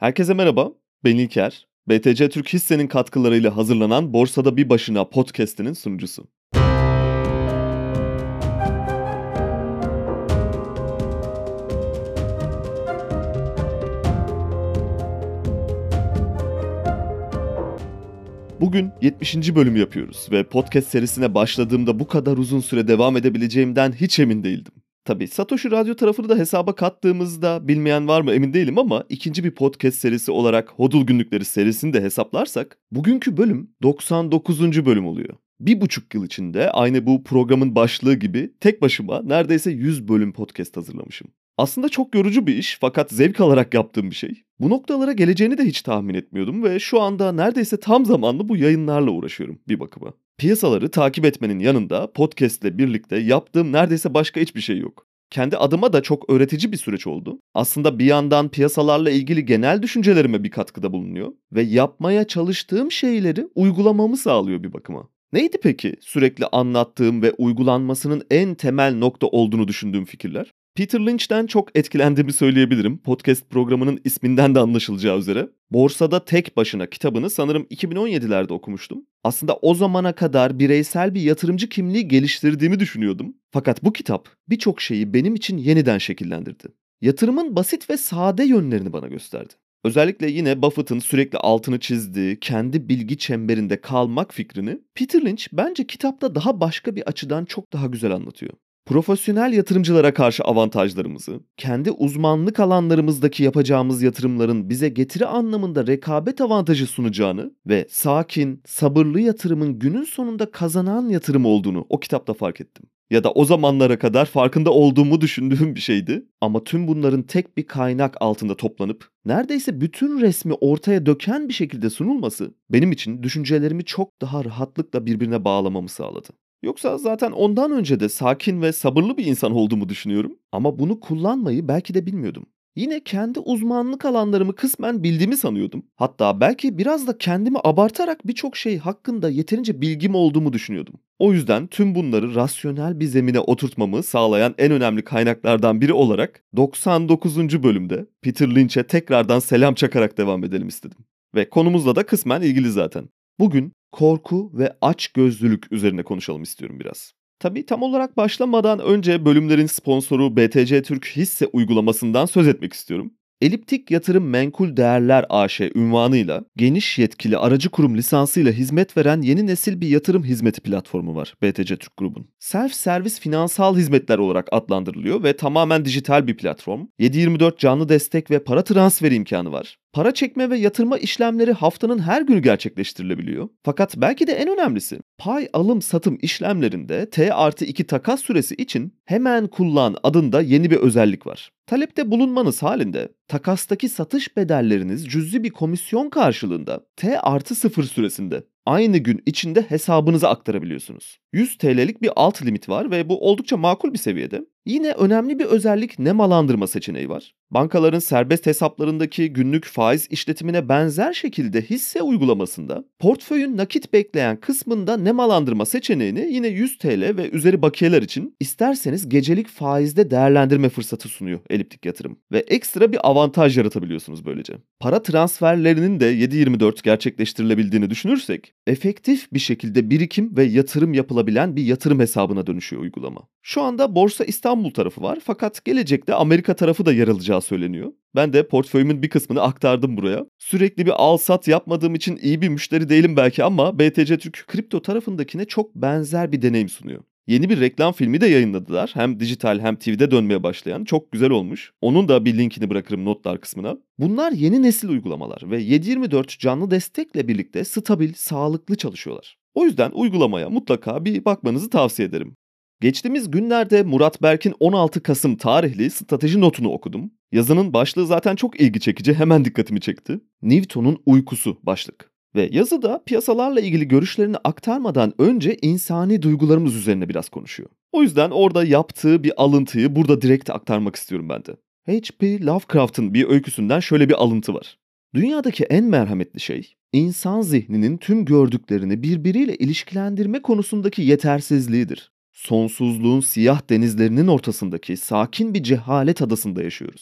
Herkese merhaba, ben İlker. BTC Türk Hisse'nin katkılarıyla hazırlanan Borsada Bir Başına podcast'inin sunucusu. Bugün 70. bölüm yapıyoruz ve podcast serisine başladığımda bu kadar uzun süre devam edebileceğimden hiç emin değildim. Tabii Satoshi Radyo tarafını da hesaba kattığımızda bilmeyen var mı emin değilim ama ikinci bir podcast serisi olarak Hodul Günlükleri serisini de hesaplarsak bugünkü bölüm 99. bölüm oluyor. 1,5 yıl içinde aynı bu programın başlığı gibi tek başıma neredeyse 100 bölüm podcast hazırlamışım. Aslında çok yorucu bir iş fakat zevk alarak yaptığım bir şey. Bu noktalara geleceğini de hiç tahmin etmiyordum ve şu anda neredeyse tam zamanlı bu yayınlarla uğraşıyorum bir bakıma. Piyasaları takip etmenin yanında podcast ile birlikte yaptığım neredeyse başka hiçbir şey yok. Kendi adıma da çok öğretici bir süreç oldu. Aslında bir yandan piyasalarla ilgili genel düşüncelerime bir katkıda bulunuyor ve yapmaya çalıştığım şeyleri uygulamamı sağlıyor bir bakıma. Neydi peki sürekli anlattığım ve uygulanmasının en temel nokta olduğunu düşündüğüm fikirler? Peter Lynch'ten çok etkilendiğimi söyleyebilirim. Podcast programının isminden de anlaşılacağı üzere. Borsada Tek Başına kitabını sanırım 2017'lerde okumuştum. Aslında o zamana kadar bireysel bir yatırımcı kimliği geliştirdiğimi düşünüyordum. Fakat bu kitap birçok şeyi benim için yeniden şekillendirdi. Yatırımın basit ve sade yönlerini bana gösterdi. Özellikle yine Buffett'ın sürekli altını çizdiği kendi bilgi çemberinde kalmak fikrini Peter Lynch bence kitapta daha başka bir açıdan çok daha güzel anlatıyor. Profesyonel yatırımcılara karşı avantajlarımızı, kendi uzmanlık alanlarımızdaki yapacağımız yatırımların bize getiri anlamında rekabet avantajı sunacağını ve sakin, sabırlı yatırımın günün sonunda kazanan yatırım olduğunu o kitapta fark ettim. Ya da o zamanlara kadar farkında olduğumu düşündüğüm bir şeydi ama tüm bunların tek bir kaynak altında toplanıp neredeyse bütün resmi ortaya döken bir şekilde sunulması benim için düşüncelerimi çok daha rahatlıkla birbirine bağlamamı sağladı. Yoksa zaten ondan önce de sakin ve sabırlı bir insan olduğumu düşünüyorum ama bunu kullanmayı belki de bilmiyordum. Yine kendi uzmanlık alanlarımı kısmen bildiğimi sanıyordum. Hatta belki biraz da kendimi abartarak birçok şey hakkında yeterince bilgim olduğumu düşünüyordum. O yüzden tüm bunları rasyonel bir zemine oturtmamı sağlayan en önemli kaynaklardan biri olarak 99. bölümde Peter Lynch'e tekrardan selam çakarak devam edelim istedim. Ve konumuzla da kısmen ilgili zaten. Bugün korku ve açgözlülük üzerine konuşalım istiyorum biraz. Tabii tam olarak başlamadan önce bölümlerin sponsoru BTC Türk hisse uygulamasından söz etmek istiyorum. Eliptik Yatırım Menkul Değerler AŞ unvanıyla geniş yetkili aracı kurum lisansıyla hizmet veren yeni nesil bir yatırım hizmeti platformu var BTC Türk Grubun. Self-servis finansal hizmetler olarak adlandırılıyor ve tamamen dijital bir platform. 7/24 canlı destek ve para transferi imkanı var. Para çekme ve yatırma işlemleri haftanın her günü gerçekleştirilebiliyor. Fakat belki de en önemlisi pay alım satım işlemlerinde T+2 takas süresi için hemen kullan adında yeni bir özellik var. Talepte bulunmanız halinde takastaki satış bedelleriniz cüzi bir komisyon karşılığında T+0 süresinde aynı gün içinde hesabınıza aktarabiliyorsunuz. 100 TL'lik bir alt limit var ve bu oldukça makul bir seviyede. Yine önemli bir özellik nemalandırma seçeneği var. Bankaların serbest hesaplarındaki günlük faiz işletimine benzer şekilde hisse uygulamasında portföyün nakit bekleyen kısmında nemalandırma seçeneğini yine 100 TL ve üzeri bakiyeler için isterseniz gecelik faizde değerlendirme fırsatı sunuyor Eliptik Yatırım. Ve ekstra bir avantaj yaratabiliyorsunuz böylece. Para transferlerinin de 7/24 gerçekleştirilebildiğini düşünürsek efektif bir şekilde birikim ve yatırım yapılabilen bir yatırım hesabına dönüşüyor uygulama. Şu anda Borsa İstanbul tarafı var fakat gelecekte Amerika tarafı da yer alacağı söyleniyor. Ben de portföyümün bir kısmını aktardım buraya. Sürekli bir al-sat yapmadığım için iyi bir müşteri değilim belki ama BTC Türk kripto tarafındakine çok benzer bir deneyim sunuyor. Yeni bir reklam filmi de yayınladılar. Hem dijital hem TV'de dönmeye başlayan. Çok güzel olmuş. Onun da bir linkini bırakırım notlar kısmına. Bunlar yeni nesil uygulamalar ve 7/24 canlı destekle birlikte stabil, sağlıklı çalışıyorlar. O yüzden uygulamaya mutlaka bir bakmanızı tavsiye ederim. Geçtiğimiz günlerde Murat Berk'in 16 Kasım tarihli strateji notunu okudum. Yazının başlığı zaten çok ilgi çekici, hemen dikkatimi çekti. Newton'un uykusu başlık. Ve yazıda piyasalarla ilgili görüşlerini aktarmadan önce insani duygularımız üzerine biraz konuşuyor. O yüzden orada yaptığı bir alıntıyı burada direkt aktarmak istiyorum ben de. H.P. Lovecraft'ın bir öyküsünden şöyle bir alıntı var. Dünyadaki en merhametli şey, insan zihninin tüm gördüklerini birbiriyle ilişkilendirme konusundaki yetersizliğidir. Sonsuzluğun siyah denizlerinin ortasındaki sakin bir cehalet adasında yaşıyoruz.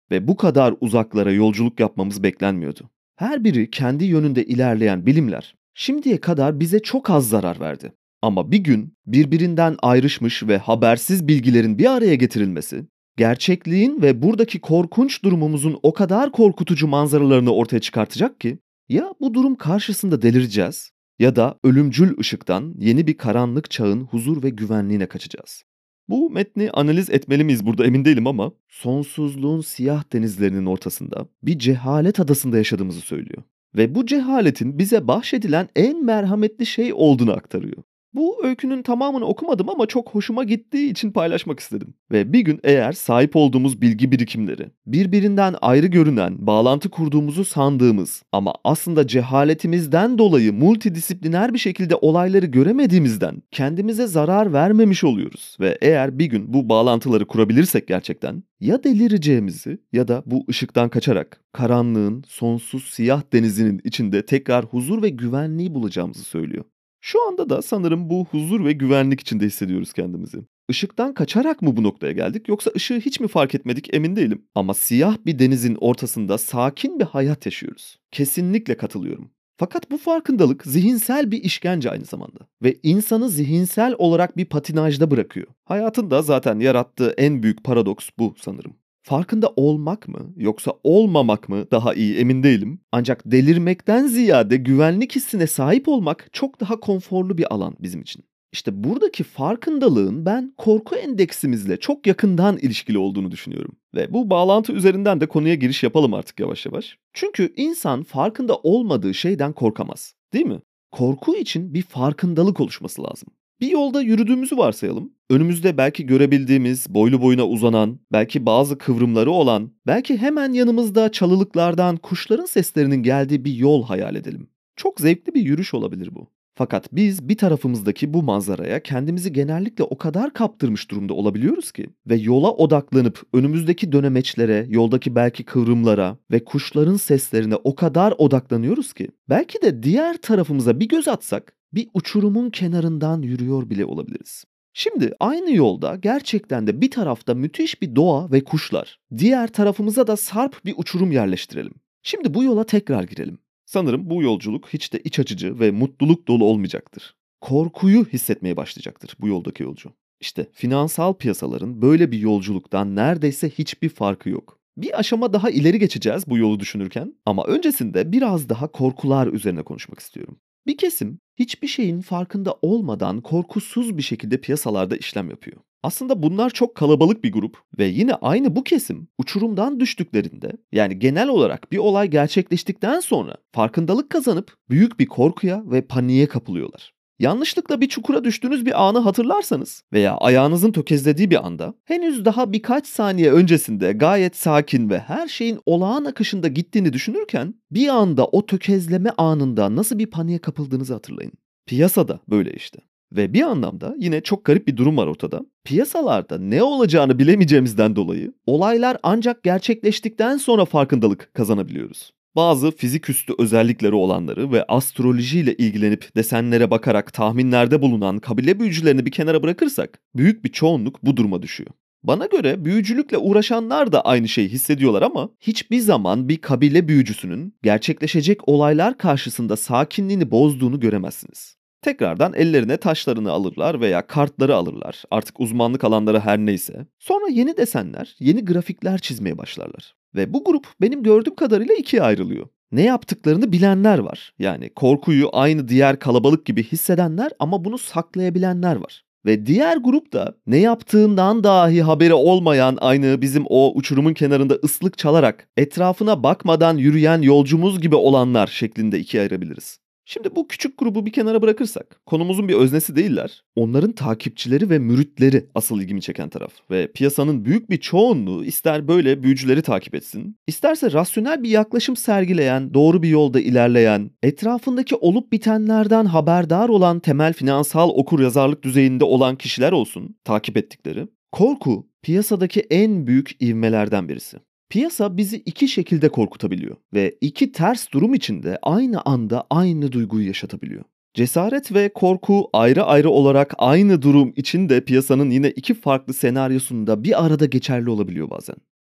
ve bu kadar uzaklara yolculuk yapmamız beklenmiyordu. Her biri kendi yönünde ilerleyen bilimler şimdiye kadar bize çok az zarar verdi. Ama bir gün birbirinden ayrışmış ve habersiz bilgilerin bir araya getirilmesi, gerçekliğin ve buradaki korkunç durumumuzun o kadar korkutucu manzaralarını ortaya çıkartacak ki, ya bu durum karşısında delireceğiz ya da ölümcül ışıktan yeni bir karanlık çağın huzur ve güvenliğine kaçacağız. Bu metni analiz etmeli miyiz burada emin değilim ama sonsuzluğun siyah denizlerinin ortasında bir cehalet adasında yaşadığımızı söylüyor. Ve bu cehaletin bize bahşedilen en merhametli şey olduğunu aktarıyor. Bu öykünün tamamını okumadım ama çok hoşuma gittiği için paylaşmak istedim. Ve bir gün eğer sahip olduğumuz bilgi birikimleri, birbirinden ayrı görünen, bağlantı kurduğumuzu sandığımız ama aslında cehaletimizden dolayı multidisipliner bir şekilde olayları göremediğimizden kendimize zarar vermemiş oluyoruz. Ve eğer bir gün bu bağlantıları kurabilirsek gerçekten ya delireceğimizi ya da bu ışıktan kaçarak karanlığın sonsuz siyah denizinin içinde tekrar huzur ve güvenliği bulacağımızı söylüyor. Şu anda da sanırım bu huzur ve güvenlik içinde hissediyoruz kendimizi. Işıktan kaçarak mı bu noktaya geldik yoksa ışığı hiç mi fark etmedik emin değilim. Ama siyah bir denizin ortasında sakin bir hayat yaşıyoruz. Kesinlikle katılıyorum. Fakat bu farkındalık zihinsel bir işkence aynı zamanda. Ve insanı zihinsel olarak bir patinajda bırakıyor. Hayatın da zaten yarattığı en büyük paradoks bu sanırım. Farkında olmak mı yoksa olmamak mı daha iyi emin değilim. Ancak delirmekten ziyade güvenlik hissine sahip olmak çok daha konforlu bir alan bizim için. İşte buradaki farkındalığın ben korku endeksimizle çok yakından ilişkili olduğunu düşünüyorum. Ve bu bağlantı üzerinden de konuya giriş yapalım artık yavaş yavaş. Çünkü insan farkında olmadığı şeyden korkamaz, değil mi? Korku için bir farkındalık oluşması lazım. Bir yolda yürüdüğümüzü varsayalım. Önümüzde belki görebildiğimiz, boylu boyuna uzanan, belki bazı kıvrımları olan, belki hemen yanımızda çalılıklardan kuşların seslerinin geldiği bir yol hayal edelim. Çok zevkli bir yürüyüş olabilir bu. Fakat biz bir tarafımızdaki bu manzaraya kendimizi genellikle o kadar kaptırmış durumda olabiliyoruz ki ve yola odaklanıp önümüzdeki dönemeçlere, yoldaki belki kıvrımlara ve kuşların seslerine o kadar odaklanıyoruz ki belki de diğer tarafımıza bir göz atsak bir uçurumun kenarından yürüyor bile olabiliriz. Şimdi aynı yolda gerçekten de bir tarafta müthiş bir doğa ve kuşlar, diğer tarafımıza da sarp bir uçurum yerleştirelim. Şimdi bu yola tekrar girelim. Sanırım bu yolculuk hiç de iç açıcı ve mutluluk dolu olmayacaktır. Korkuyu hissetmeye başlayacaktır bu yoldaki yolcu. İşte finansal piyasaların böyle bir yolculuktan neredeyse hiçbir farkı yok. Bir aşama daha ileri geçeceğiz bu yolu düşünürken ama öncesinde biraz daha korkular üzerine konuşmak istiyorum. Bir kesim hiçbir şeyin farkında olmadan korkusuz bir şekilde piyasalarda işlem yapıyor. Aslında bunlar çok kalabalık bir grup ve yine aynı bu kesim uçurumdan düştüklerinde yani genel olarak bir olay gerçekleştikten sonra farkındalık kazanıp büyük bir korkuya ve paniğe kapılıyorlar. Yanlışlıkla bir çukura düştüğünüz bir anı hatırlarsanız veya ayağınızın tökezlediği bir anda henüz daha birkaç saniye öncesinde gayet sakin ve her şeyin olağan akışında gittiğini düşünürken bir anda o tökezleme anında nasıl bir paniğe kapıldığınızı hatırlayın. Piyasada böyle işte. Ve bir anlamda yine çok garip bir durum var ortada. Piyasalarda ne olacağını bilemeyeceğimizden dolayı olaylar ancak gerçekleştikten sonra farkındalık kazanabiliyoruz. Bazı fiziküstü özellikleri olanları ve astrolojiyle ilgilenip desenlere bakarak tahminlerde bulunan kabile büyücülerini bir kenara bırakırsak büyük bir çoğunluk bu duruma düşüyor. Bana göre büyücülükle uğraşanlar da aynı şeyi hissediyorlar ama hiçbir zaman bir kabile büyücüsünün gerçekleşecek olaylar karşısında sakinliğini bozduğunu göremezsiniz. Tekrardan ellerine taşlarını alırlar veya kartları alırlar. Artık uzmanlık alanları her neyse. Sonra yeni desenler, yeni grafikler çizmeye başlarlar. Ve bu grup benim gördüğüm kadarıyla ikiye ayrılıyor. Ne yaptıklarını bilenler var. Yani korkuyu aynı diğer kalabalık gibi hissedenler ama bunu saklayabilenler var. Ve diğer grup da ne yaptığından dahi haberi olmayan aynı bizim o uçurumun kenarında ıslık çalarak etrafına bakmadan yürüyen yolcumuz gibi olanlar şeklinde ikiye ayırabiliriz. Şimdi bu küçük grubu bir kenara bırakırsak, konumuzun bir öznesi değiller. Onların takipçileri ve müritleri asıl ilgimi çeken taraf. Ve piyasanın büyük bir çoğunluğu ister böyle büyücüleri takip etsin, isterse rasyonel bir yaklaşım sergileyen, doğru bir yolda ilerleyen, etrafındaki olup bitenlerden haberdar olan temel finansal okuryazarlık düzeyinde olan kişiler olsun takip ettikleri. Korku, piyasadaki en büyük ivmelerden birisi. Piyasa bizi iki şekilde korkutabiliyor ve iki ters durum içinde aynı anda aynı duyguyu yaşatabiliyor. Cesaret ve korku ayrı ayrı olarak aynı durum içinde piyasanın yine iki farklı senaryosunda bir arada geçerli olabiliyor bazen.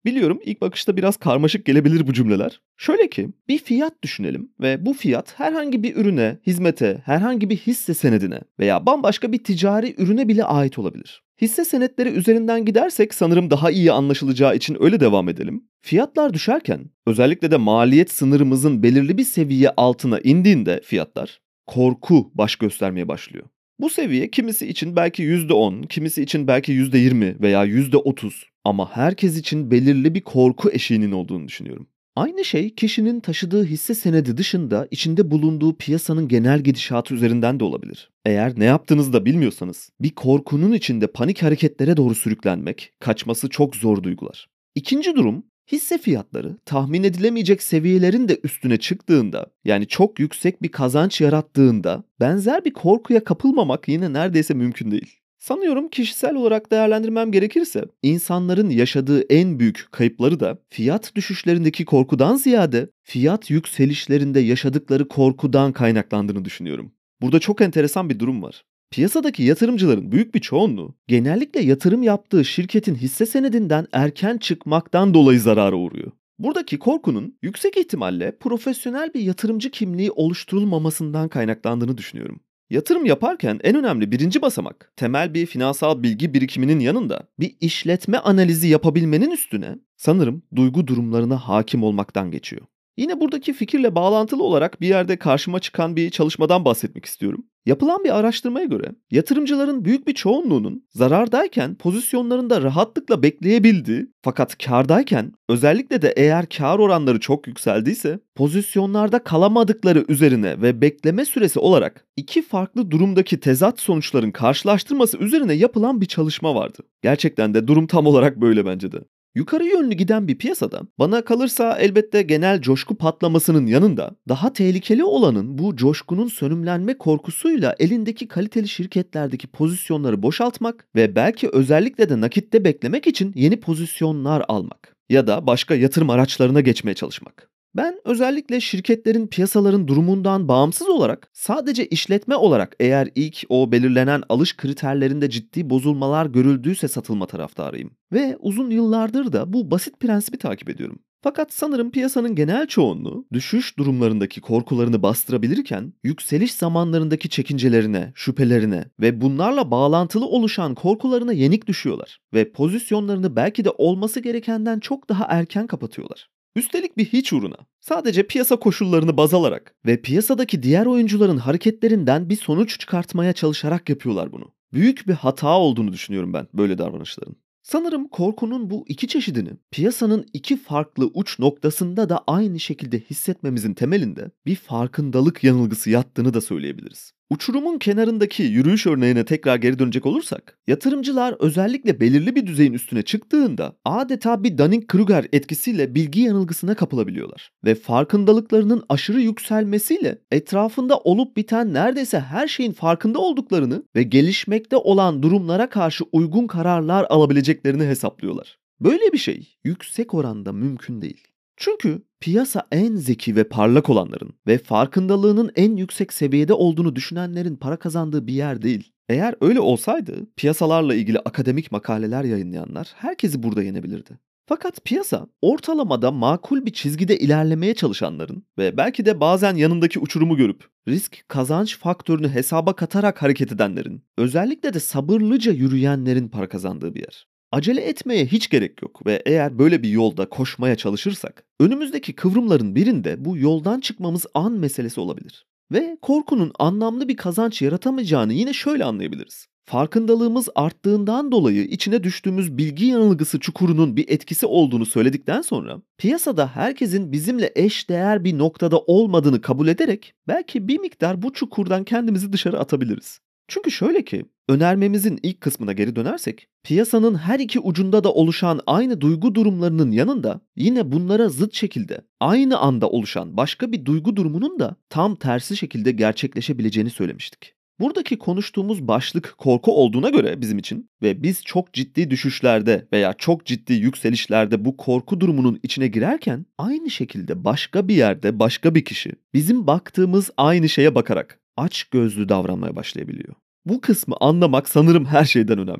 Biliyorum ilk bakışta biraz karmaşık gelebilir bu cümleler. Şöyle ki bir fiyat düşünelim ve bu fiyat herhangi bir ürüne, hizmete, herhangi bir hisse senedine veya bambaşka bir ticari ürüne bile ait olabilir. Hisse senetleri üzerinden gidersek sanırım daha iyi anlaşılacağı için öyle devam edelim. Fiyatlar düşerken, özellikle de maliyet sınırımızın belirli bir seviye altına indiğinde fiyatlar, korku baş göstermeye başlıyor. Bu seviye kimisi için belki %10, kimisi için belki %20 veya %30 ama herkes için belirli bir korku eşiğinin olduğunu düşünüyorum. Aynı şey kişinin taşıdığı hisse senedi dışında içinde bulunduğu piyasanın genel gidişatı üzerinden de olabilir. Eğer ne yaptığınızı da bilmiyorsanız bir korkunun içinde panik hareketlere doğru sürüklenmek, kaçması çok zor duygular. İkinci durum, hisse fiyatları tahmin edilemeyecek seviyelerin de üstüne çıktığında, yani çok yüksek bir kazanç yarattığında benzer bir korkuya kapılmamak yine neredeyse mümkün değil. Sanıyorum kişisel olarak değerlendirmem gerekirse insanların yaşadığı en büyük kayıpları da fiyat düşüşlerindeki korkudan ziyade fiyat yükselişlerinde yaşadıkları korkudan kaynaklandığını düşünüyorum. Burada çok enteresan bir durum var. Piyasadaki yatırımcıların büyük bir çoğunluğu genellikle yatırım yaptığı şirketin hisse senedinden erken çıkmaktan dolayı zarara uğruyor. Buradaki korkunun yüksek ihtimalle profesyonel bir yatırımcı kimliği oluşturulmamasından kaynaklandığını düşünüyorum. Yatırım yaparken en önemli birinci basamak, temel bir finansal bilgi birikiminin yanında bir işletme analizi yapabilmenin üstüne sanırım duygu durumlarına hakim olmaktan geçiyor. Yine buradaki fikirle bağlantılı olarak bir yerde karşıma çıkan bir çalışmadan bahsetmek istiyorum. Yapılan bir araştırmaya göre yatırımcıların büyük bir çoğunluğunun zarardayken pozisyonlarında rahatlıkla bekleyebildiği fakat kârdayken özellikle de eğer kâr oranları çok yükseldiyse pozisyonlarda kalamadıkları üzerine ve bekleme süresi olarak iki farklı durumdaki tezat sonuçların karşılaştırması üzerine yapılan bir çalışma vardı. Gerçekten de durum tam olarak böyle bence de. Yukarı yönlü giden bir piyasada bana kalırsa elbette genel coşku patlamasının yanında daha tehlikeli olanın bu coşkunun sönümlenme korkusuyla elindeki kaliteli şirketlerdeki pozisyonları boşaltmak ve belki özellikle de nakitte beklemek için yeni pozisyonlar almak ya da başka yatırım araçlarına geçmeye çalışmak. Ben özellikle şirketlerin piyasaların durumundan bağımsız olarak sadece işletme olarak eğer ilk o belirlenen alış kriterlerinde ciddi bozulmalar görüldüyse satılma taraftarıyım. Ve uzun yıllardır da bu basit prensibi takip ediyorum. Fakat sanırım piyasanın genel çoğunluğu düşüş durumlarındaki korkularını bastırabilirken yükseliş zamanlarındaki çekincelerine, şüphelerine ve bunlarla bağlantılı oluşan korkularına yenik düşüyorlar ve pozisyonlarını belki de olması gerekenden çok daha erken kapatıyorlar. Üstelik bir hiç uğruna. Sadece piyasa koşullarını baz alarak ve piyasadaki diğer oyuncuların hareketlerinden bir sonuç çıkartmaya çalışarak yapıyorlar bunu. Büyük bir hata olduğunu düşünüyorum ben böyle davranışların. Sanırım korkunun bu iki çeşidini piyasanın iki farklı uç noktasında da aynı şekilde hissetmemizin temelinde bir farkındalık yanılgısı yattığını da söyleyebiliriz. Uçurumun kenarındaki yürüyüş örneğine tekrar geri dönecek olursak, yatırımcılar özellikle belirli bir düzeyin üstüne çıktığında adeta bir Dunning-Kruger etkisiyle bilgi yanılgısına kapılabiliyorlar. Ve farkındalıklarının aşırı yükselmesiyle etrafında olup biten neredeyse her şeyin farkında olduklarını ve gelişmekte olan durumlara karşı uygun kararlar alabileceklerini hesaplıyorlar. Böyle bir şey yüksek oranda mümkün değil. Çünkü piyasa en zeki ve parlak olanların ve farkındalığının en yüksek seviyede olduğunu düşünenlerin para kazandığı bir yer değil. Eğer öyle olsaydı piyasalarla ilgili akademik makaleler yayınlayanlar herkesi burada yenebilirdi. Fakat piyasa ortalamada makul bir çizgide ilerlemeye çalışanların ve belki de bazen yanındaki uçurumu görüp risk kazanç faktörünü hesaba katarak hareket edenlerin, özellikle de sabırlıca yürüyenlerin para kazandığı bir yer. Acele etmeye hiç gerek yok ve eğer böyle bir yolda koşmaya çalışırsak, önümüzdeki kıvrımların birinde bu yoldan çıkmamız an meselesi olabilir. Ve korkunun anlamlı bir kazanç yaratamayacağını yine şöyle anlayabiliriz. Farkındalığımız arttığından dolayı içine düştüğümüz bilgi yanılgısı çukurunun bir etkisi olduğunu söyledikten sonra, piyasada herkesin bizimle eş değer bir noktada olmadığını kabul ederek belki bir miktar bu çukurdan kendimizi dışarı atabiliriz. Çünkü şöyle ki, önermemizin ilk kısmına geri dönersek, piyasanın her iki ucunda da oluşan aynı duygu durumlarının yanında yine bunlara zıt şekilde aynı anda oluşan başka bir duygu durumunun da tam tersi şekilde gerçekleşebileceğini söylemiştik. Buradaki konuştuğumuz başlık korku olduğuna göre bizim için ve biz çok ciddi düşüşlerde veya çok ciddi yükselişlerde bu korku durumunun içine girerken aynı şekilde başka bir yerde başka bir kişi bizim baktığımız aynı şeye bakarak açgözlü davranmaya başlayabiliyor. Bu kısmı anlamak sanırım her şeyden önemli.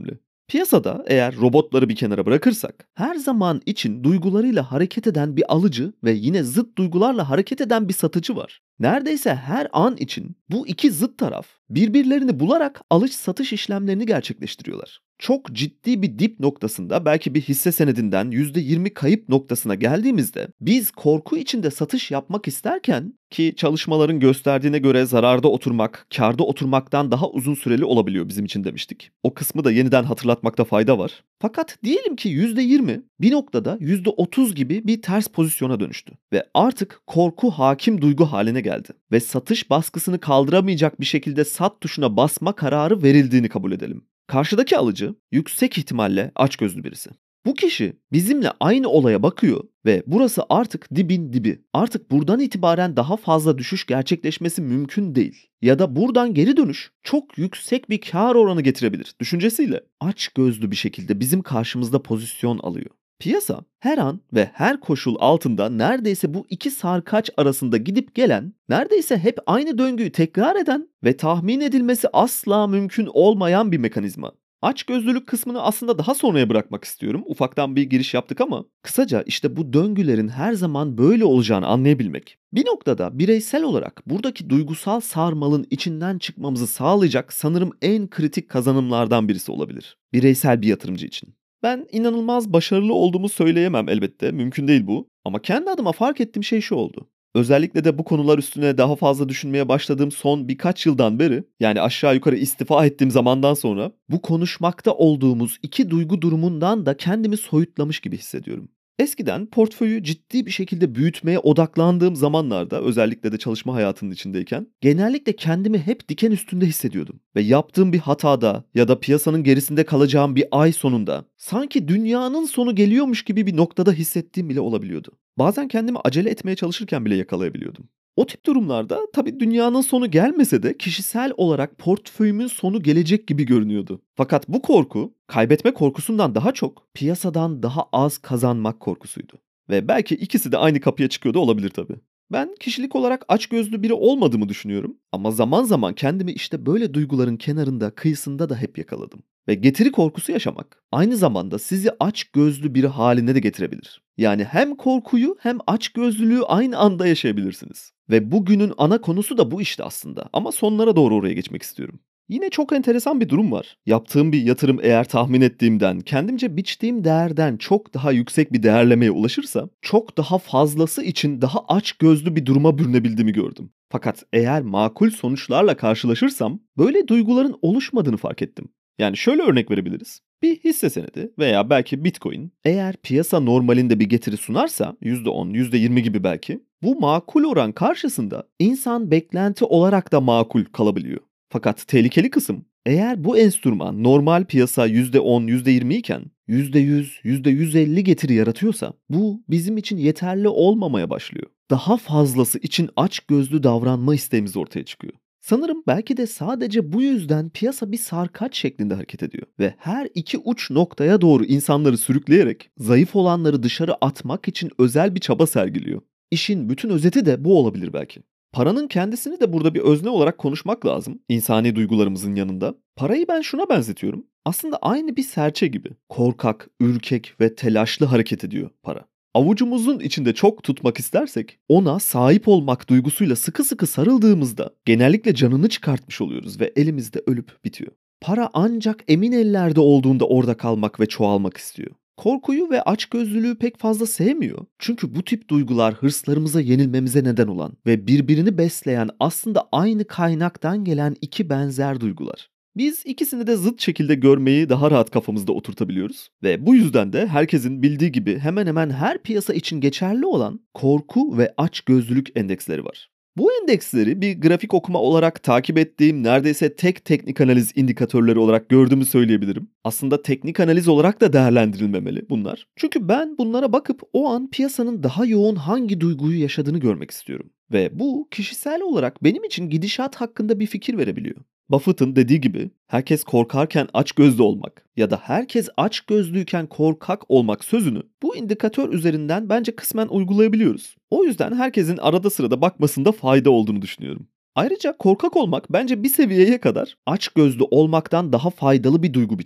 Piyasada eğer robotları bir kenara bırakırsak, her zaman için duygularıyla hareket eden bir alıcı ve yine zıt duygularla hareket eden bir satıcı var. Neredeyse her an için bu iki zıt taraf birbirlerini bularak alış-satış işlemlerini gerçekleştiriyorlar. Çok ciddi bir dip noktasında, belki bir hisse senedinden %20 kayıp noktasına geldiğimizde biz korku içinde satış yapmak isterken, ki çalışmaların gösterdiğine göre zararda oturmak, kârda oturmaktan daha uzun süreli olabiliyor bizim için demiştik. O kısmı da yeniden hatırlatmakta fayda var. Fakat diyelim ki %20 bir noktada %30 gibi bir ters pozisyona dönüştü ve artık korku hakim duygu haline geldi ve satış baskısını kaldıramayacak bir şekilde sat tuşuna basma kararı verildiğini kabul edelim. Karşıdaki alıcı yüksek ihtimalle açgözlü birisi. Bu kişi bizimle aynı olaya bakıyor ve burası artık dibin dibi. Artık buradan itibaren daha fazla düşüş gerçekleşmesi mümkün değil. Ya da buradan geri dönüş çok yüksek bir kar oranı getirebilir düşüncesiyle açgözlü bir şekilde bizim karşımızda pozisyon alıyor. Piyasa her an ve her koşul altında neredeyse bu iki sarkaç arasında gidip gelen, neredeyse hep aynı döngüyü tekrar eden ve tahmin edilmesi asla mümkün olmayan bir mekanizma. Açgözlülük kısmını aslında daha sonraya bırakmak istiyorum. Ufaktan bir giriş yaptık ama kısaca işte bu döngülerin her zaman böyle olacağını anlayabilmek, bir noktada bireysel olarak buradaki duygusal sarmalın içinden çıkmamızı sağlayacak sanırım en kritik kazanımlardan birisi olabilir. Bireysel bir yatırımcı için. Ben inanılmaz başarılı olduğumu söyleyemem elbette, mümkün değil bu. Ama kendi adıma fark ettiğim şey şu oldu. Özellikle de bu konular üstüne daha fazla düşünmeye başladığım son birkaç yıldan beri, yani aşağı yukarı istifa ettiğim zamandan sonra, bu konuşmakta olduğumuz iki duygu durumundan da kendimi soyutlamış gibi hissediyorum. Eskiden portföyü ciddi bir şekilde büyütmeye odaklandığım zamanlarda, özellikle de çalışma hayatının içindeyken, genellikle kendimi hep diken üstünde hissediyordum. Ve yaptığım bir hatada ya da piyasanın gerisinde kalacağım bir ay sonunda sanki dünyanın sonu geliyormuş gibi bir noktada hissettiğim bile olabiliyordu. Bazen kendimi acele etmeye çalışırken bile yakalayabiliyordum. O tip durumlarda tabii dünyanın sonu gelmese de kişisel olarak portföyümün sonu gelecek gibi görünüyordu. Fakat bu korku, kaybetme korkusundan daha çok piyasadan daha az kazanmak korkusuydu. Ve belki ikisi de aynı kapıya çıkıyordu olabilir tabii. Ben kişilik olarak açgözlü biri olmadığımı düşünüyorum ama zaman zaman kendimi işte böyle duyguların kenarında, kıyısında da hep yakaladım. Ve getiri korkusu yaşamak aynı zamanda sizi açgözlü biri haline de getirebilir. Yani hem korkuyu hem açgözlülüğü aynı anda yaşayabilirsiniz. Ve bugünün ana konusu da bu işte aslında, ama sonlara doğru oraya geçmek istiyorum. Yine çok enteresan bir durum var. Yaptığım bir yatırım eğer tahmin ettiğimden, kendimce biçtiğim değerden çok daha yüksek bir değerlemeye ulaşırsa, çok daha fazlası için daha açgözlü bir duruma bürünebildiğimi gördüm. Fakat eğer makul sonuçlarla karşılaşırsam böyle duyguların oluşmadığını fark ettim. Yani şöyle örnek verebiliriz. Bir hisse senedi veya belki Bitcoin eğer piyasa normalinde bir getiri sunarsa %10, %20 gibi belki, bu makul oran karşısında insan beklenti olarak da makul kalabiliyor. Fakat tehlikeli kısım, eğer bu enstrüman normal piyasa %10, %20 iken %100, %150 getiri yaratıyorsa bu bizim için yeterli olmamaya başlıyor. Daha fazlası için açgözlü davranma isteğimiz ortaya çıkıyor. Sanırım belki de sadece bu yüzden piyasa bir sarkaç şeklinde hareket ediyor ve her iki uç noktaya doğru insanları sürükleyerek zayıf olanları dışarı atmak için özel bir çaba sergiliyor. İşin bütün özeti de bu olabilir belki. Paranın kendisini de burada bir özne olarak konuşmak lazım, insani duygularımızın yanında. Parayı ben şuna benzetiyorum. Aslında aynı bir serçe gibi. Korkak, ürkek ve telaşlı hareket ediyor para. Avucumuzun içinde çok tutmak istersek, ona sahip olmak duygusuyla sıkı sıkı sarıldığımızda genellikle canını çıkartmış oluyoruz ve elimizde ölüp bitiyor. Para ancak emin ellerde olduğunda orada kalmak ve çoğalmak istiyor. Korkuyu ve açgözlülüğü pek fazla sevmiyor. Çünkü bu tip duygular hırslarımıza yenilmemize neden olan ve birbirini besleyen, aslında aynı kaynaktan gelen iki benzer duygular. Biz ikisini de zıt şekilde görmeyi daha rahat kafamızda oturtabiliyoruz ve bu yüzden de herkesin bildiği gibi hemen hemen her piyasa için geçerli olan korku ve açgözlülük endeksleri var. Bu endeksleri bir grafik okuma olarak takip ettiğim neredeyse tek teknik analiz indikatörleri olarak gördüğümü söyleyebilirim. Aslında teknik analiz olarak da değerlendirilmemeli bunlar. Çünkü ben bunlara bakıp o an piyasanın daha yoğun hangi duyguyu yaşadığını görmek istiyorum. Ve bu kişisel olarak benim için gidişat hakkında bir fikir verebiliyor. Buffett'ın dediği gibi herkes korkarken açgözlü olmak ya da herkes açgözlüyken korkak olmak sözünü bu indikatör üzerinden bence kısmen uygulayabiliyoruz. O yüzden herkesin arada sırada bakmasında fayda olduğunu düşünüyorum. Ayrıca korkak olmak bence bir seviyeye kadar açgözlü olmaktan daha faydalı bir duygu biçimi.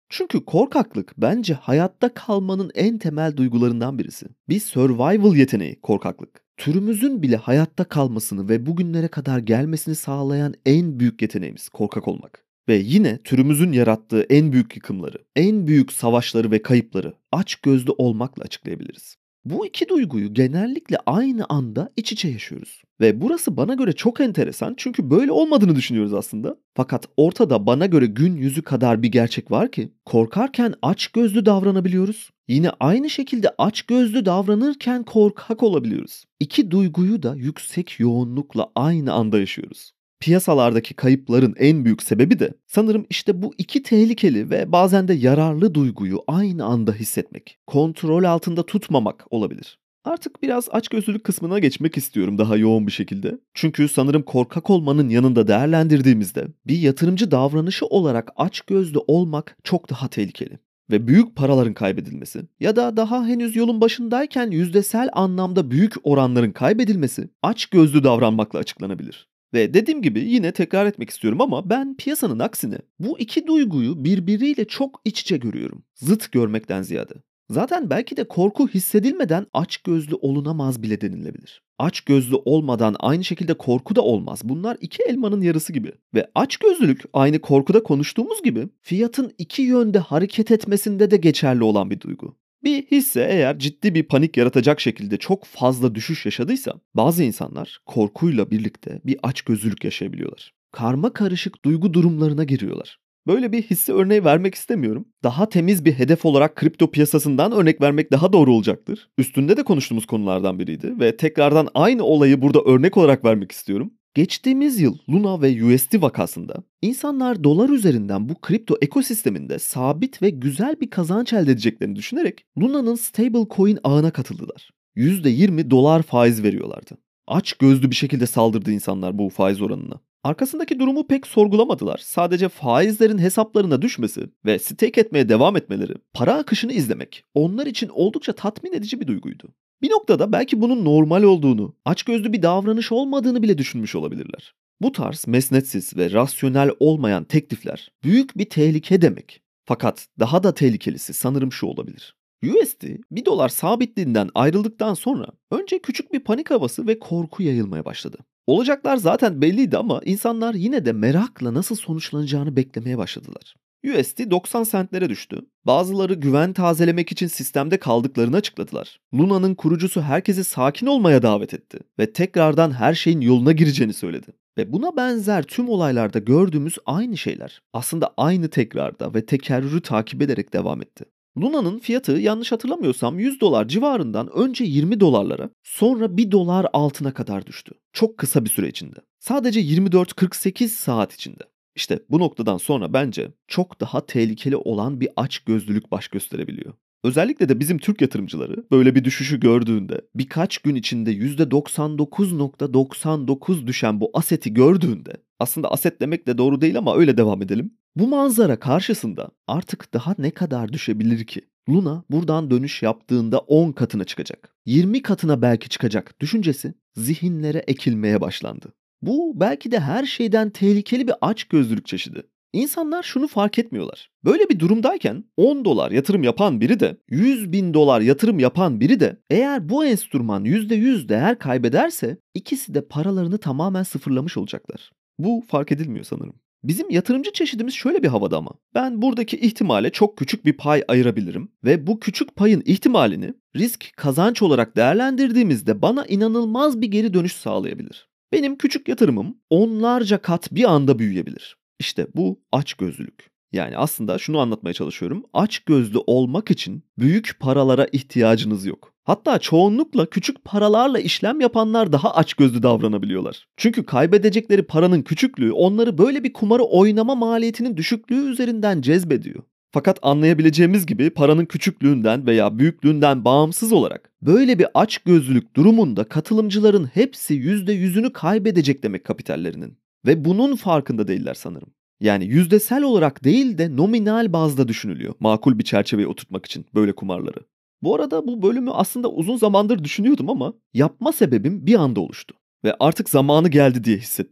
Çünkü korkaklık bence hayatta kalmanın en temel duygularından birisi. Bir survival yeteneği korkaklık. Türümüzün bile hayatta kalmasını ve bugünlere kadar gelmesini sağlayan en büyük yeteneğimiz korkak olmak. Ve yine türümüzün yarattığı en büyük yıkımları, en büyük savaşları ve kayıpları açgözlü olmakla açıklayabiliriz. Bu iki duyguyu genellikle aynı anda iç içe yaşıyoruz. Ve burası bana göre çok enteresan çünkü böyle olmadığını düşünüyoruz aslında. Fakat ortada bana göre gün yüzü kadar bir gerçek var ki korkarken açgözlü davranabiliyoruz. Yine aynı şekilde açgözlü davranırken korkak olabiliyoruz. İki duyguyu da yüksek yoğunlukla aynı anda yaşıyoruz. Piyasalardaki kayıpların en büyük sebebi de sanırım işte bu iki tehlikeli ve bazen de yararlı duyguyu aynı anda hissetmek, kontrol altında tutmamak olabilir. Artık biraz açgözlülük kısmına geçmek istiyorum daha yoğun bir şekilde. Çünkü sanırım korkak olmanın yanında değerlendirdiğimizde bir yatırımcı davranışı olarak açgözlü olmak çok daha tehlikeli. Ve büyük paraların kaybedilmesi ya da daha henüz yolun başındayken yüzdesel anlamda büyük oranların kaybedilmesi açgözlü davranmakla açıklanabilir. Ve dediğim gibi yine tekrar etmek istiyorum ama ben piyasanın aksine bu iki duyguyu birbiriyle çok iç içe görüyorum. Zıt görmekten ziyade. Zaten belki de korku hissedilmeden açgözlü olunamaz bile denilebilir. Açgözlü olmadan aynı şekilde korku da olmaz. Bunlar iki elmanın yarısı gibi. Ve açgözlülük aynı korkuda konuştuğumuz gibi fiyatın iki yönde hareket etmesinde de geçerli olan bir duygu. Bir hisse eğer ciddi bir panik yaratacak şekilde çok fazla düşüş yaşadıysa bazı insanlar korkuyla birlikte bir açgözlülük yaşayabiliyorlar. Karma karışık duygu durumlarına giriyorlar. Böyle bir hisse örneği vermek istemiyorum. Daha temiz bir hedef olarak kripto piyasasından örnek vermek daha doğru olacaktır. Üstünde de konuştuğumuz konulardan biriydi ve tekrardan aynı olayı burada örnek olarak vermek istiyorum. Geçtiğimiz yıl Luna ve USD vakasında insanlar dolar üzerinden bu kripto ekosisteminde sabit ve güzel bir kazanç elde edeceklerini düşünerek Luna'nın stablecoin ağına katıldılar. %20 dolar faiz veriyorlardı. Aç gözlü bir şekilde saldırdı insanlar bu faiz oranına. Arkasındaki durumu pek sorgulamadılar. Sadece faizlerin hesaplarına düşmesi ve stake etmeye devam etmeleri, para akışını izlemek onlar için oldukça tatmin edici bir duyguydu. Bir noktada belki bunun normal olduğunu, açgözlü bir davranış olmadığını bile düşünmüş olabilirler. Bu tarz mesnetsiz ve rasyonel olmayan teklifler büyük bir tehlike demek. Fakat daha da tehlikelisi sanırım şu olabilir. USD 1 dolar sabitliğinden ayrıldıktan sonra önce küçük bir panik havası ve korku yayılmaya başladı. Olacaklar zaten belliydi ama insanlar yine de merakla nasıl sonuçlanacağını beklemeye başladılar. USD 90 sentlere düştü. Bazıları güven tazelemek için sistemde kaldıklarını açıkladılar. Luna'nın kurucusu herkesi sakin olmaya davet etti ve tekrardan her şeyin yoluna gireceğini söyledi. Ve buna benzer tüm olaylarda gördüğümüz aynı şeyler aslında aynı tekrarda ve tekerrürü takip ederek devam etti. Luna'nın fiyatı yanlış hatırlamıyorsam 100 dolar civarından önce 20 dolarlara sonra 1 dolar altına kadar düştü. Çok kısa bir süre içinde. Sadece 24-48 saat içinde. İşte bu noktadan sonra bence çok daha tehlikeli olan bir açgözlülük baş gösterebiliyor. Özellikle de bizim Türk yatırımcıları böyle bir düşüşü gördüğünde birkaç gün içinde %99.99 düşen bu aseti gördüğünde aslında aset demek de doğru değil ama öyle devam edelim. Bu manzara karşısında artık daha ne kadar düşebilir ki? Luna buradan dönüş yaptığında 10 katına çıkacak. 20 katına belki çıkacak düşüncesi zihinlere ekilmeye başlandı. Bu belki de her şeyden tehlikeli bir açgözlülük çeşidi. İnsanlar şunu fark etmiyorlar. Böyle bir durumdayken 10 dolar yatırım yapan biri de 100 bin dolar yatırım yapan biri de eğer bu enstrüman %100 değer kaybederse ikisi de paralarını tamamen sıfırlamış olacaklar. Bu fark edilmiyor sanırım. Bizim yatırımcı çeşidimiz şöyle bir havada ama. Ben buradaki ihtimale çok küçük bir pay ayırabilirim ve bu küçük payın ihtimalini risk kazanç olarak değerlendirdiğimizde bana inanılmaz bir geri dönüş sağlayabilir. Benim küçük yatırımım onlarca kat bir anda büyüyebilir. İşte bu açgözlülük. Yani aslında şunu anlatmaya çalışıyorum. Açgözlü olmak için büyük paralara ihtiyacınız yok. Hatta çoğunlukla küçük paralarla işlem yapanlar daha açgözlü davranabiliyorlar. Çünkü kaybedecekleri paranın küçüklüğü onları böyle bir kumarı oynama maliyetinin düşüklüğü üzerinden cezbediyor. Fakat anlayabileceğimiz gibi paranın küçüklüğünden veya büyüklüğünden bağımsız olarak böyle bir açgözlülük durumunda katılımcıların hepsi %100'ünü kaybedecek demek kapitallerinin. Ve bunun farkında değiller sanırım. Yani yüzdesel olarak değil de nominal bazda düşünülüyor makul bir çerçeveye oturtmak için böyle kumarları. Bu arada bu bölümü aslında uzun zamandır düşünüyordum ama yapma sebebim bir anda oluştu. Ve artık zamanı geldi diye hissettim.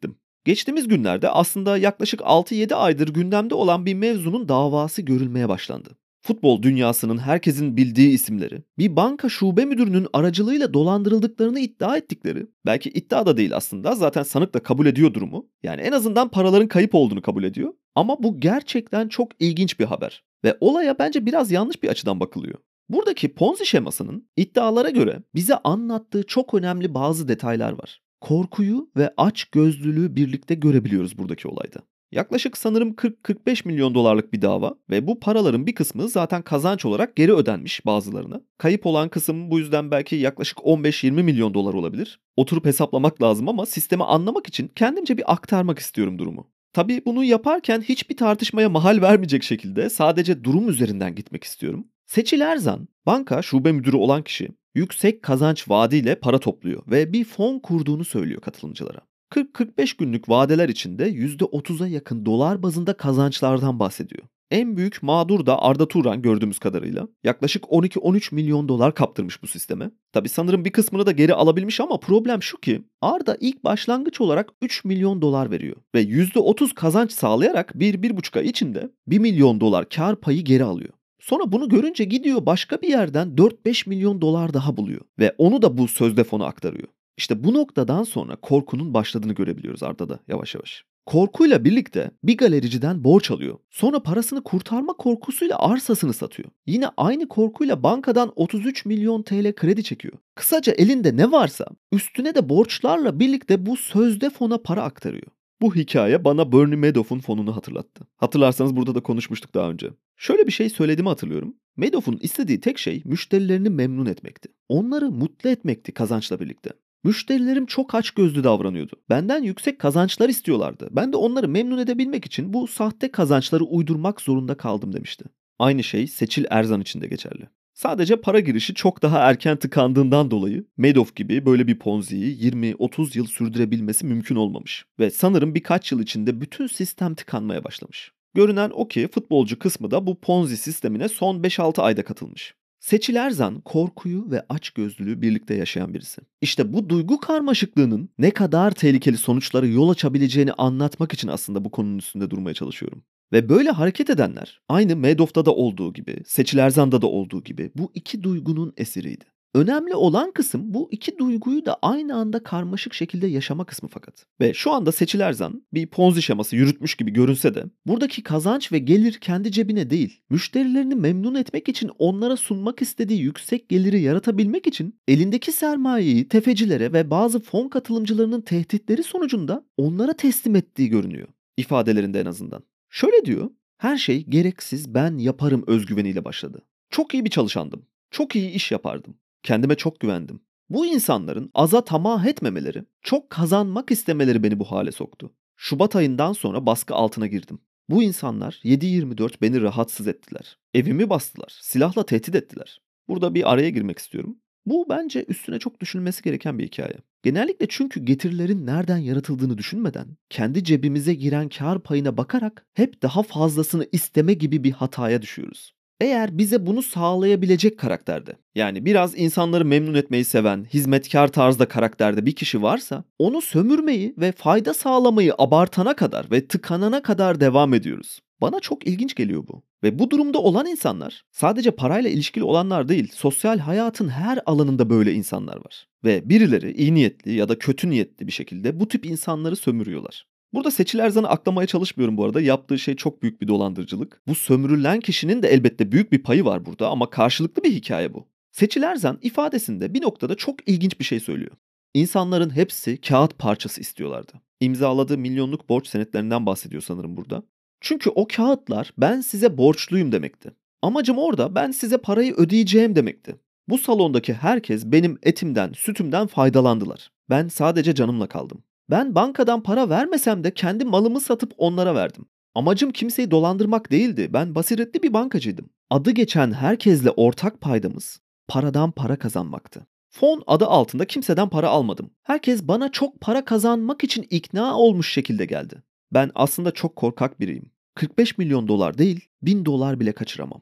Geçtiğimiz günlerde aslında yaklaşık 6-7 aydır gündemde olan bir mevzunun davası görülmeye başlandı. Futbol dünyasının herkesin bildiği isimleri, bir banka şube müdürünün aracılığıyla dolandırıldıklarını iddia ettikleri, belki iddia da değil aslında, zaten sanık da kabul ediyor durumu. Yani en azından paraların kayıp olduğunu kabul ediyor. Ama bu gerçekten çok ilginç bir haber. Ve olaya bence biraz yanlış bir açıdan bakılıyor. Buradaki Ponzi şemasının iddialara göre bize anlattığı çok önemli bazı detaylar var. Korkuyu ve açgözlülüğü birlikte görebiliyoruz buradaki olayda. Yaklaşık sanırım 40-45 milyon dolarlık bir dava ve bu paraların bir kısmı zaten kazanç olarak geri ödenmiş bazılarına. Kayıp olan kısım bu yüzden belki yaklaşık 15-20 milyon dolar olabilir. Oturup hesaplamak lazım ama sistemi anlamak için kendimce bir aktarmak istiyorum durumu. Tabii bunu yaparken hiçbir tartışmaya mahal vermeyecek şekilde sadece durum üzerinden gitmek istiyorum. Seçil Erzan, banka şube müdürü olan kişi, yüksek kazanç vaadiyle para topluyor ve bir fon kurduğunu söylüyor katılımcılara. 40-45 günlük vadeler içinde %30'a yakın dolar bazında kazançlardan bahsediyor. En büyük mağdur da Arda Turan gördüğümüz kadarıyla. Yaklaşık 12-13 milyon dolar kaptırmış bu sisteme. Tabi sanırım bir kısmını da geri alabilmiş ama problem şu ki Arda ilk başlangıç olarak 3 milyon dolar veriyor. Ve %30 kazanç sağlayarak 1-1,5 ay içinde 1 milyon dolar kar payı geri alıyor. Sonra bunu görünce gidiyor başka bir yerden 4-5 milyon dolar daha buluyor. Ve onu da bu sözde fona aktarıyor. İşte bu noktadan sonra korkunun başladığını görebiliyoruz Arda'da yavaş yavaş. Korkuyla birlikte bir galericiden borç alıyor. Sonra parasını kurtarma korkusuyla arsasını satıyor. Yine aynı korkuyla bankadan 33 milyon TL kredi çekiyor. Kısaca elinde ne varsa üstüne de borçlarla birlikte bu sözde fona para aktarıyor. Bu hikaye bana Bernie Madoff'un fonunu hatırlattı. Hatırlarsanız burada da konuşmuştuk daha önce. Şöyle bir şey söylediğimi hatırlıyorum. Madoff'un istediği tek şey müşterilerini memnun etmekti. Onları mutlu etmekti kazançla birlikte. Müşterilerim çok açgözlü davranıyordu. Benden yüksek kazançlar istiyorlardı. Ben de onları memnun edebilmek için bu sahte kazançları uydurmak zorunda kaldım demişti. Aynı şey Seçil Erzan için de geçerli. Sadece para girişi çok daha erken tıkandığından dolayı Madoff gibi böyle bir Ponzi'yi 20-30 yıl sürdürebilmesi mümkün olmamış. Ve sanırım birkaç yıl içinde bütün sistem tıkanmaya başlamış. Görünen o ki futbolcu kısmı da bu Ponzi sistemine son 5-6 ayda katılmış. Seçil Erzan korkuyu ve açgözlülüğü birlikte yaşayan birisi. İşte bu duygu karmaşıklığının ne kadar tehlikeli sonuçlara yol açabileceğini anlatmak için aslında bu konunun üstünde durmaya çalışıyorum. Ve böyle hareket edenler aynı Madoff'ta da olduğu gibi, Seçil Erzan'da da olduğu gibi bu iki duygunun esiriydi. Önemli olan kısım bu iki duyguyu da aynı anda karmaşık şekilde yaşama kısmı fakat. Ve şu anda Seçil Erzan bir Ponzi şeması yürütmüş gibi görünse de buradaki kazanç ve gelir kendi cebine değil, müşterilerini memnun etmek için onlara sunmak istediği yüksek geliri yaratabilmek için elindeki sermayeyi tefecilere ve bazı fon katılımcılarının tehditleri sonucunda onlara teslim ettiği görünüyor. İfadelerinde en azından. Şöyle diyor, her şey gereksiz ben yaparım özgüveniyle başladı. Çok iyi bir çalışandım. Çok iyi iş yapardım. Kendime çok güvendim. Bu insanların aza tamah etmemeleri, çok kazanmak istemeleri beni bu hale soktu. Şubat ayından sonra baskı altına girdim. Bu insanlar 7/24 beni rahatsız ettiler. Evimi bastılar, silahla tehdit ettiler. Burada bir araya girmek istiyorum. Bu bence üstüne çok düşünülmesi gereken bir hikaye. Genellikle çünkü getirilerin nereden yaratıldığını düşünmeden, kendi cebimize giren kar payına bakarak hep daha fazlasını isteme gibi bir hataya düşüyoruz. Eğer bize bunu sağlayabilecek karakterde, yani biraz insanları memnun etmeyi seven, hizmetkar tarzda karakterde bir kişi varsa, onu sömürmeyi ve fayda sağlamayı abartana kadar ve tıkanana kadar devam ediyoruz. Bana çok ilginç geliyor bu. Ve bu durumda olan insanlar sadece parayla ilişkili olanlar değil, sosyal hayatın her alanında böyle insanlar var. Ve birileri iyi niyetli ya da kötü niyetli bir şekilde bu tip insanları sömürüyorlar. Burada Seçil Erzan'ı aklamaya çalışmıyorum bu arada. Yaptığı şey çok büyük bir dolandırıcılık. Bu sömürülen kişinin de elbette büyük bir payı var burada ama karşılıklı bir hikaye bu. Seçil Erzan ifadesinde bir noktada çok ilginç bir şey söylüyor. İnsanların hepsi kağıt parçası istiyorlardı. İmzaladığı milyonluk borç senetlerinden bahsediyor sanırım burada. Çünkü o kağıtlar ben size borçluyum demekti. Amacım orada ben size parayı ödeyeceğim demekti. Bu salondaki herkes benim etimden, sütümden faydalandılar. Ben sadece canımla kaldım. Ben bankadan para vermesem de kendi malımı satıp onlara verdim. Amacım kimseyi dolandırmak değildi. Ben basiretli bir bankacıydım. Adı geçen herkesle ortak paydamız paradan para kazanmaktı. Fon adı altında kimseden para almadım. Herkes bana çok para kazanmak için ikna olmuş şekilde geldi. Ben aslında çok korkak biriyim. 45 milyon dolar değil, 1000 dolar bile kaçıramam.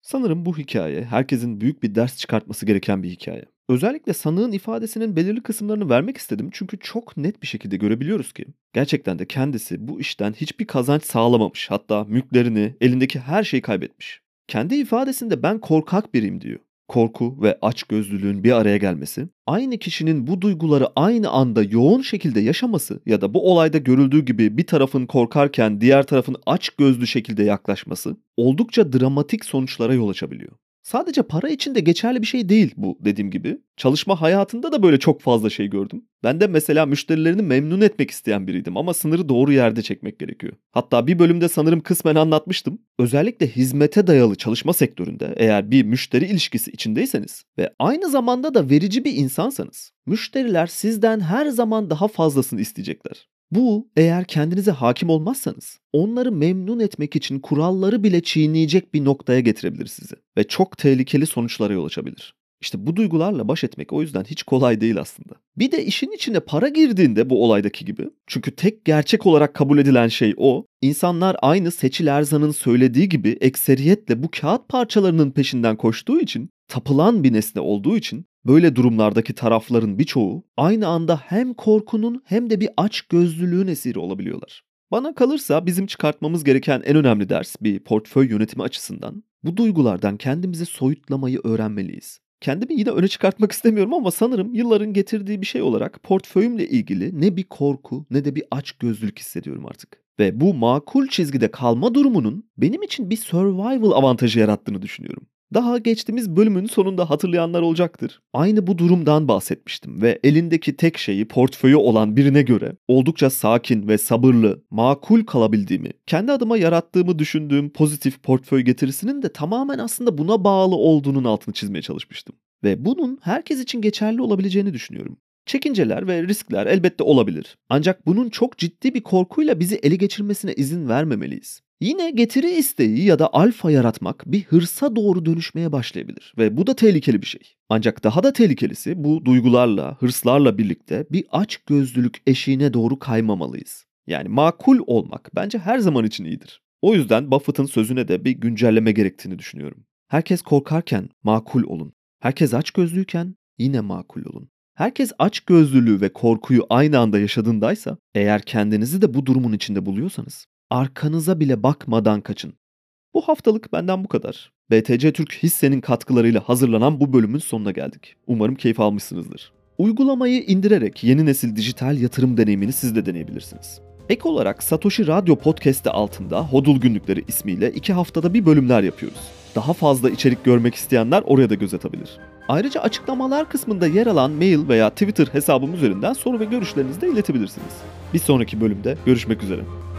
Sanırım bu hikaye herkesin büyük bir ders çıkartması gereken bir hikaye. Özellikle sanığın ifadesinin belirli kısımlarını vermek istedim çünkü çok net bir şekilde görebiliyoruz ki gerçekten de kendisi bu işten hiçbir kazanç sağlamamış. Hatta mülklerini, elindeki her şeyi kaybetmiş. Kendi ifadesinde ben korkak biriyim diyor. Korku ve açgözlülüğün bir araya gelmesi, aynı kişinin bu duyguları aynı anda yoğun şekilde yaşaması ya da bu olayda görüldüğü gibi bir tarafın korkarken diğer tarafın açgözlü şekilde yaklaşması oldukça dramatik sonuçlara yol açabiliyor. Sadece para için de geçerli bir şey değil bu, dediğim gibi. Çalışma hayatında da böyle çok fazla şey gördüm. Ben de mesela müşterilerini memnun etmek isteyen biriydim ama sınırı doğru yerde çekmek gerekiyor. Hatta bir bölümde sanırım kısmen anlatmıştım. Özellikle hizmete dayalı çalışma sektöründe eğer bir müşteri ilişkisi içindeyseniz ve aynı zamanda da verici bir insansanız, müşteriler sizden her zaman daha fazlasını isteyecekler. Bu, eğer kendinize hakim olmazsanız, onları memnun etmek için kuralları bile çiğneyecek bir noktaya getirebilir sizi ve çok tehlikeli sonuçlara yol açabilir. İşte bu duygularla baş etmek o yüzden hiç kolay değil aslında. Bir de işin içine para girdiğinde bu olaydaki gibi, çünkü tek gerçek olarak kabul edilen şey o, insanlar aynı Seçil Erzan'ın söylediği gibi ekseriyetle bu kağıt parçalarının peşinden koştuğu için, tapılan bir nesne olduğu için, böyle durumlardaki tarafların birçoğu aynı anda hem korkunun hem de bir açgözlülüğün esiri olabiliyorlar. Bana kalırsa bizim çıkartmamız gereken en önemli ders bir portföy yönetimi açısından bu duygulardan kendimizi soyutlamayı öğrenmeliyiz. Kendimi yine öne çıkartmak istemiyorum ama sanırım yılların getirdiği bir şey olarak portföyümle ilgili ne bir korku ne de bir açgözlülük hissediyorum artık. Ve bu makul çizgide kalma durumunun benim için bir survival avantajı yarattığını düşünüyorum. Daha geçtiğimiz bölümün sonunda hatırlayanlar olacaktır. Aynı bu durumdan bahsetmiştim ve elindeki tek şeyi portföyü olan birine göre oldukça sakin ve sabırlı, makul kalabildiğimi, kendi adıma yarattığımı düşündüğüm pozitif portföy getirisinin de tamamen aslında buna bağlı olduğunun altını çizmeye çalışmıştım. Ve bunun herkes için geçerli olabileceğini düşünüyorum. Çekinceler ve riskler elbette olabilir. Ancak bunun çok ciddi bir korkuyla bizi ele geçirmesine izin vermemeliyiz. Yine getiri isteği ya da alfa yaratmak bir hırsa doğru dönüşmeye başlayabilir ve bu da tehlikeli bir şey. Ancak daha da tehlikelisi bu duygularla, hırslarla birlikte bir açgözlülük eşiğine doğru kaymamalıyız. Yani makul olmak bence her zaman için iyidir. O yüzden Buffett'ın sözüne de bir güncelleme gerektiğini düşünüyorum. Herkes korkarken makul olun. Herkes açgözlüyken yine makul olun. Herkes açgözlülüğü ve korkuyu aynı anda yaşadığındaysa, eğer kendinizi de bu durumun içinde buluyorsanız, arkanıza bile bakmadan kaçın. Bu haftalık benden bu kadar. BTC Türk Hisse'nin katkılarıyla hazırlanan bu bölümün sonuna geldik. Umarım keyif almışsınızdır. Uygulamayı indirerek yeni nesil dijital yatırım deneyimini siz de deneyebilirsiniz. Ek olarak Satoshi Radyo Podcast'ı altında Hodul Günlükleri ismiyle 2 haftada bir bölümler yapıyoruz. Daha fazla içerik görmek isteyenler oraya da göz atabilir. Ayrıca açıklamalar kısmında yer alan mail veya Twitter hesabım üzerinden soru ve görüşlerinizi de iletebilirsiniz. Bir sonraki bölümde görüşmek üzere.